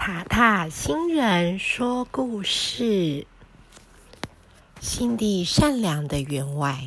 塔塔星人说故事，心地善良的员外。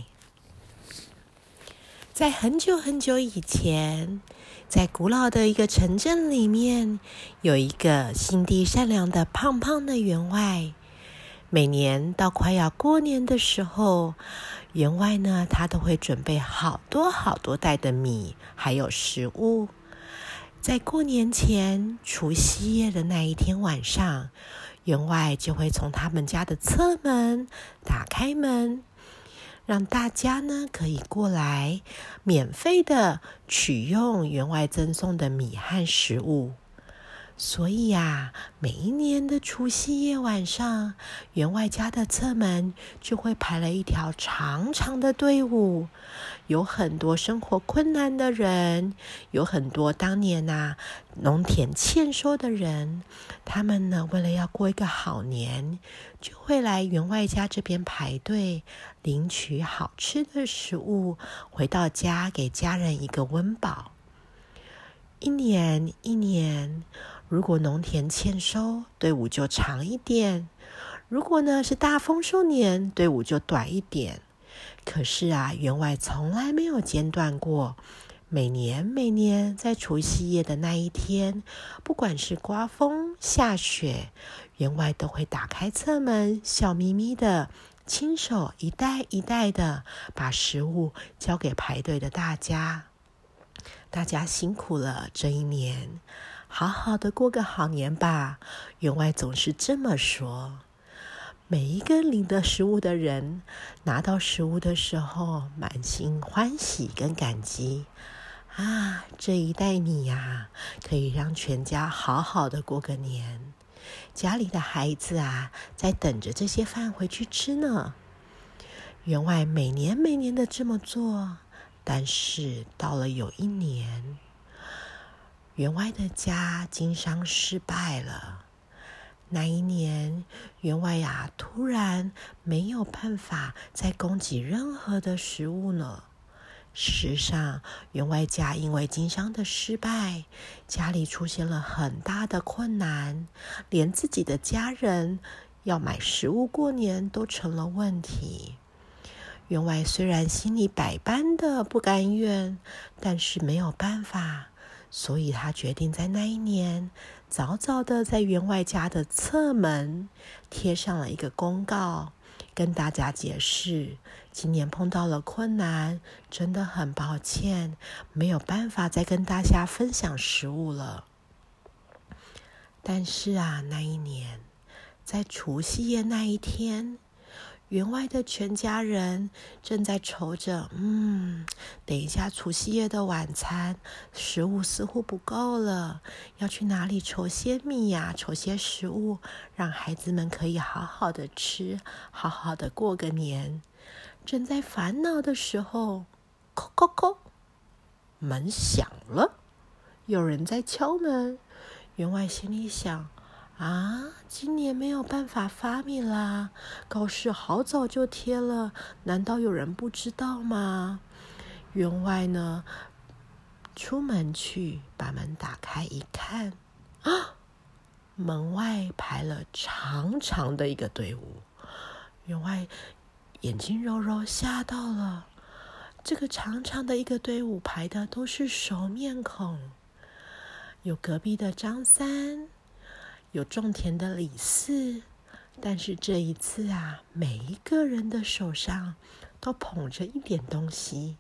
在很久很久以前，在古老的一个城镇里面，有一个心地善良的胖胖的员外。每年到快要过年的时候，员外呢，他都会准备好多好多袋的米，还有食物。在过年前，除夕夜的那一天晚上，员外就会从他们家的侧门打开门，让大家呢可以过来免费的取用员外赠送的米和食物。所以每一年的除夕夜晚上，员外家的侧门就会排了一条长长的队伍，有很多生活困难的人，有很多当年农田欠收的人，他们呢为了要过一个好年，就会来员外家这边排队，领取好吃的食物，回到家给家人一个温饱。一年一年，如果农田欠收，队伍就长一点；如果呢是大丰收年，队伍就短一点。可是员外从来没有间断过，每年在除夕夜的那一天，不管是刮风下雪，员外都会打开侧门，笑眯眯的，亲手一袋一袋的把食物交给排队的大家。大家辛苦了这一年，好好的过个好年吧，员外总是这么说。每一个领的食物的人，拿到食物的时候，满心欢喜跟感激。这一袋米可以让全家好好的过个年。家里的孩子在等着这些饭回去吃呢。员外每年的这么做，但是到了有一年，员外的家经商失败了。那一年，员外突然没有办法再供给任何的食物了。事实上，员外家因为经商的失败，家里出现了很大的困难，连自己的家人要买食物过年都成了问题。员外虽然心里百般的不甘愿，但是没有办法，所以他决定在那一年早早的在员外家的侧门贴上了一个公告，跟大家解释今年碰到了困难，真的很抱歉，没有办法再跟大家分享食物了。但是那一年在除夕夜那一天，员外的全家人正在愁着，等一下除夕夜的晚餐，食物似乎不够了，要去哪里筹些米筹些食物，让孩子们可以好好的吃，好好的过个年。正在烦恼的时候，叩叩叩，门响了，有人在敲门。员外心里想，今年没有办法发米啦，告示好早就贴了，难道有人不知道吗？员外呢，出门去把门打开一看，门外排了长长的一个队伍。员外眼睛揉揉，吓到了。这个长长的一个队伍排的都是熟面孔，有隔壁的张三，有种田的李四，但是这一次每一个人的手上都捧着一点东西。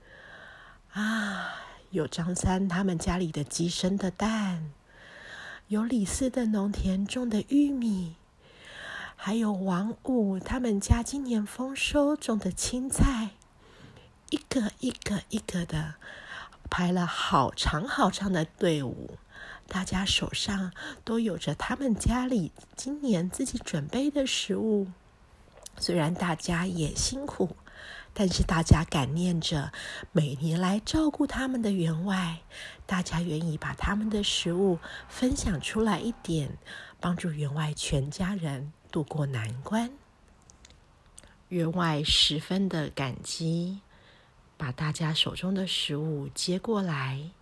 有张三他们家里的鸡生的蛋，有李四的农田种的玉米，还有王五他们家今年丰收种的青菜，一个一个的排了好长好长的队伍。大家手上都有着他们家里今年自己准备的食物。虽然大家也辛苦，但是大家感念着每年来照顾他们的员外，大家愿意把他们的食物分享出来一点，帮助员外全家人渡过难关。员外十分的感激，把大家手中的食物接过来，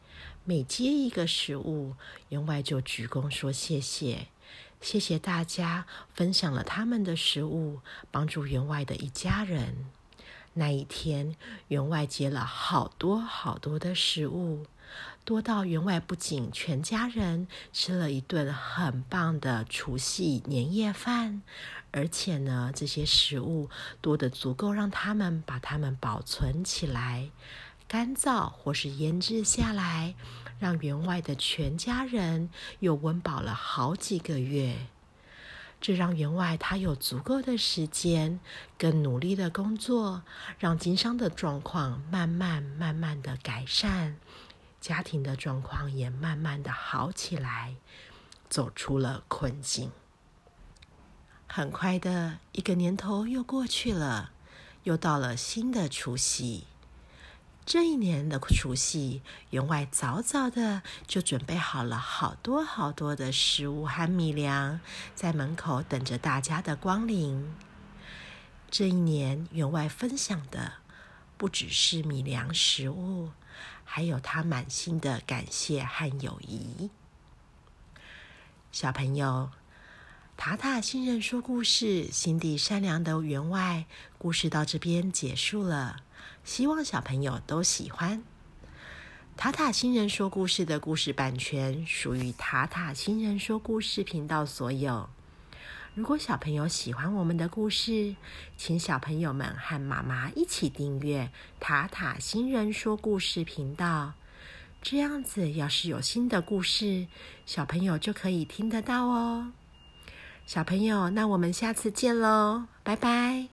每接一个食物，员外就鞠躬说谢谢，谢谢大家分享了他们的食物，帮助员外的一家人。那一天，员外接了好多好多的食物，多到员外不仅全家人吃了一顿很棒的除夕年夜饭，而且呢，这些食物多得足够让他们把它们保存起来，干燥或是腌制下来，让员外的全家人又温饱了好几个月。这让员外他有足够的时间，更努力的工作，让经商的状况慢慢的改善，家庭的状况也慢慢的好起来，走出了困境。很快的一个年头又过去了，又到了新的除夕。这一年的除夕，员外早早的就准备好了好多好多的食物和米粮，在门口等着大家的光临。这一年，员外分享的不只是米粮食物，还有他满心的感谢和友谊。小朋友，塔塔星人说故事，心地善良的员外，故事到这边结束了。希望小朋友都喜欢。塔塔星人说故事的故事版权属于塔塔星人说故事频道所有。如果小朋友喜欢我们的故事，请小朋友们和妈妈一起订阅塔塔星人说故事频道。这样子，要是有新的故事，小朋友就可以听得到哦。小朋友，那我们下次见喽，拜拜。